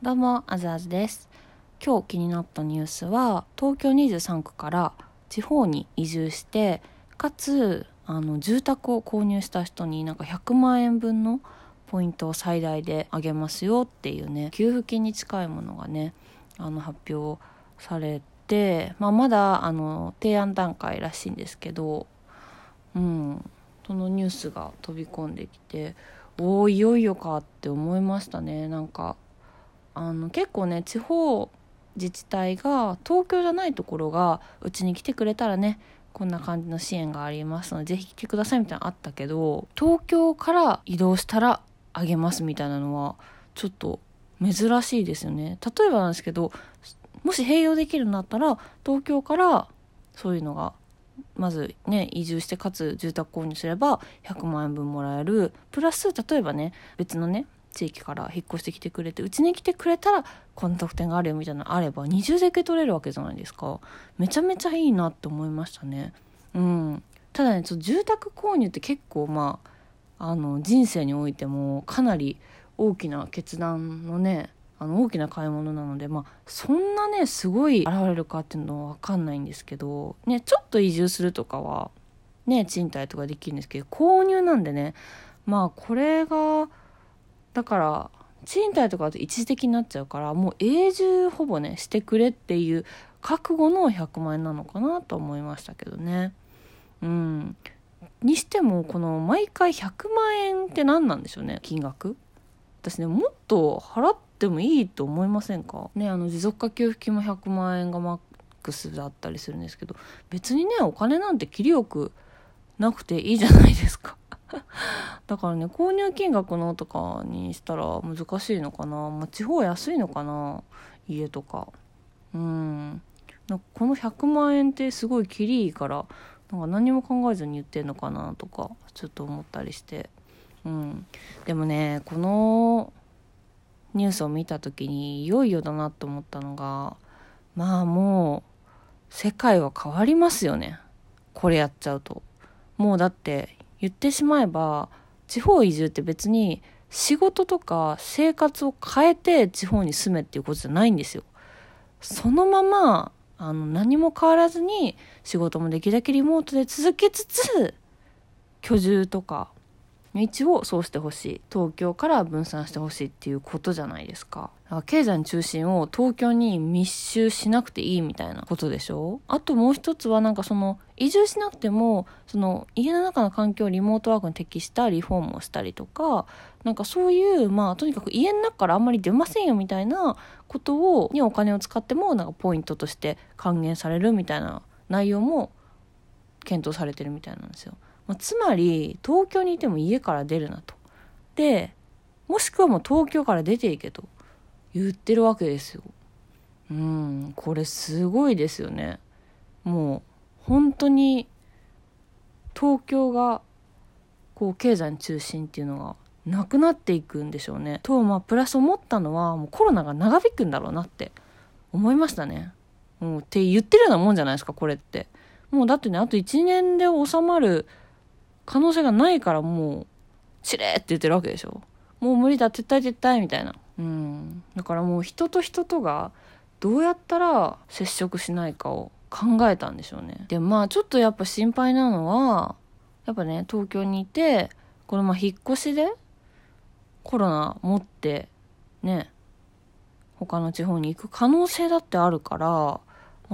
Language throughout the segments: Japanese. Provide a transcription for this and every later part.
どうも、あずあずです。今日気になったニュースは、東京23区から地方に移住して、かつ住宅を購入した人になんか100万円分のポイントを最大であげますよっていうね、給付金に近いものがね、発表されて、まだ提案段階らしいんですけど、そのニュースが飛び込んできて、いよいよかって思いましたね。なんか結構ね、地方自治体が東京じゃないところがうちに来てくれたらね、こんな感じの支援がありますのでぜひ来てくださいみたいなのあったけど、東京から移動したらあげますみたいなのはちょっと珍しいですよね。例えばなんですけど、もし併用できるんだったら東京からそういうのがまずね、移住してかつ住宅購入すれば100万円分もらえる、プラス例えばね、別のね地域から引っ越してきてくれてうちに来てくれたらこんな特典があるよみたいなのあれば二重で受け取れるわけじゃないですか。めちゃめちゃいいなって思いましたね。ただね、住宅購入って結構人生においてもかなり大きな決断のね、大きな買い物なので、そんなねすごい現れるかっていうのは分かんないんですけどね、ちょっと移住するとかはね賃貸とかできるんですけど、購入なんでね、これがだから賃貸とかだと一時的になっちゃうから、もう永住ほぼねしてくれっていう覚悟の100万円なのかなと思いましたけどね。にしてもこの毎回100万円って何なんでしょうね、金額。私ね、もっと払ってもいいと思いませんかね。持続化給付金も100万円がマックスだったりするんですけど、別にねお金なんて切りよくなくていいじゃないですかだからね、購入金額のとかにしたら難しいのかな。地方安いのかな、家とか。この100万円ってすごいキリいいから、なんか何も考えずに言ってんのかなとかちょっと思ったりして。でもね、このニュースを見た時にいよいよだなと思ったのが、もう世界は変わりますよね、これやっちゃうと。もうだって言ってしまえば地方移住って別に仕事とか生活を変えて地方に住めっていうことじゃないんですよ。そのまま何も変わらずに仕事もできるだけリモートで続けつつ、居住とか道をそうしてほしい、東京から分散してほしいっていうことじゃないですか。だから経済の中心を東京に密集しなくていいみたいなことでしょ。あともう一つは移住しなくても家の中の環境をリモートワークに適したリフォームをしたりとか、そういうとにかく家の中からあんまり出ませんよみたいなことにお金を使ってもポイントとして還元されるみたいな内容も検討されてるみたいなんですよ。つまり東京にいても家から出るなと。で、もしくはもう東京から出ていけと言ってるわけですよ。これすごいですよね。もう本当に東京が経済の中心っていうのがなくなっていくんでしょうね。とプラス思ったのは、もうコロナが長引くんだろうなって思いましたね。って言ってるようなもんじゃないですか、これって。もうだってね、あと1年で収まる可能性がないから、もうしれーって言ってるわけでしょ。もう無理だ、撤退みたいな。だからもう人と人とがどうやったら接触しないかを考えたんでしょうね。でちょっとやっぱ心配なのは、やっぱね東京にいてこの引っ越しでコロナ持ってね他の地方に行く可能性だってあるから、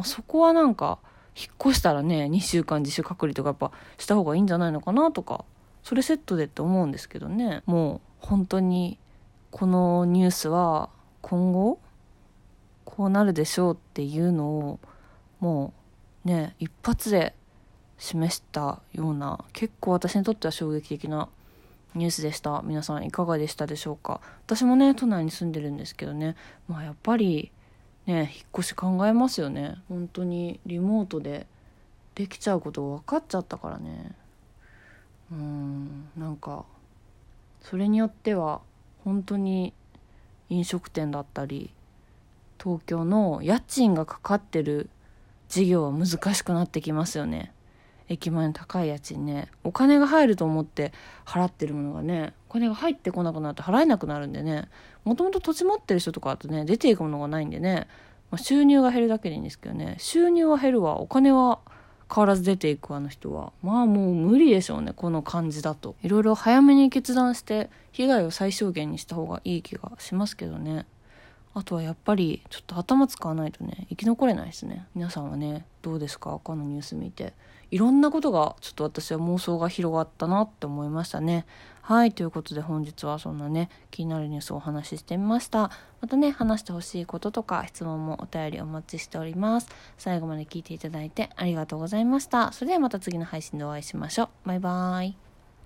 そこは引っ越したらね2週間自主隔離とかやっぱした方がいいんじゃないのかなとか、それセットでって思うんですけどね。もう本当にこのニュースは今後こうなるでしょうっていうのをもうね一発で示したような、結構私にとっては衝撃的なニュースでした。皆さんいかがでしたでしょうか。私もね都内に住んでるんですけどね、やっぱりね引っ越し考えますよね。本当にリモートでできちゃうことが分かっちゃったからね。それによっては本当に飲食店だったり東京の家賃がかかってる事業は難しくなってきますよね。 駅前の高い家賃ね、お金が入ると思って払ってるものがね、お金が入ってこなくなって払えなくなるんでね、もともと土地持ってる人とかだとね、出ていくものがないんでね、収入が減るだけでいいんですけどね、収入は減るわ、お金は変わらず出ていくあの人は、もう無理でしょうね、この感じだと。いろいろ早めに決断して被害を最小限にした方がいい気がしますけどね。あとはやっぱりちょっと頭使わないとね、生き残れないですね。皆さんはね、どうですか？このニュース見て。いろんなことがちょっと私は妄想が広がったなって思いましたね。はい、ということで本日はそんなね、気になるニュースをお話ししてみました。またね、話してほしいこととか質問もお便りお待ちしております。最後まで聞いていただいてありがとうございました。それではまた次の配信でお会いしましょう。バイバーイ。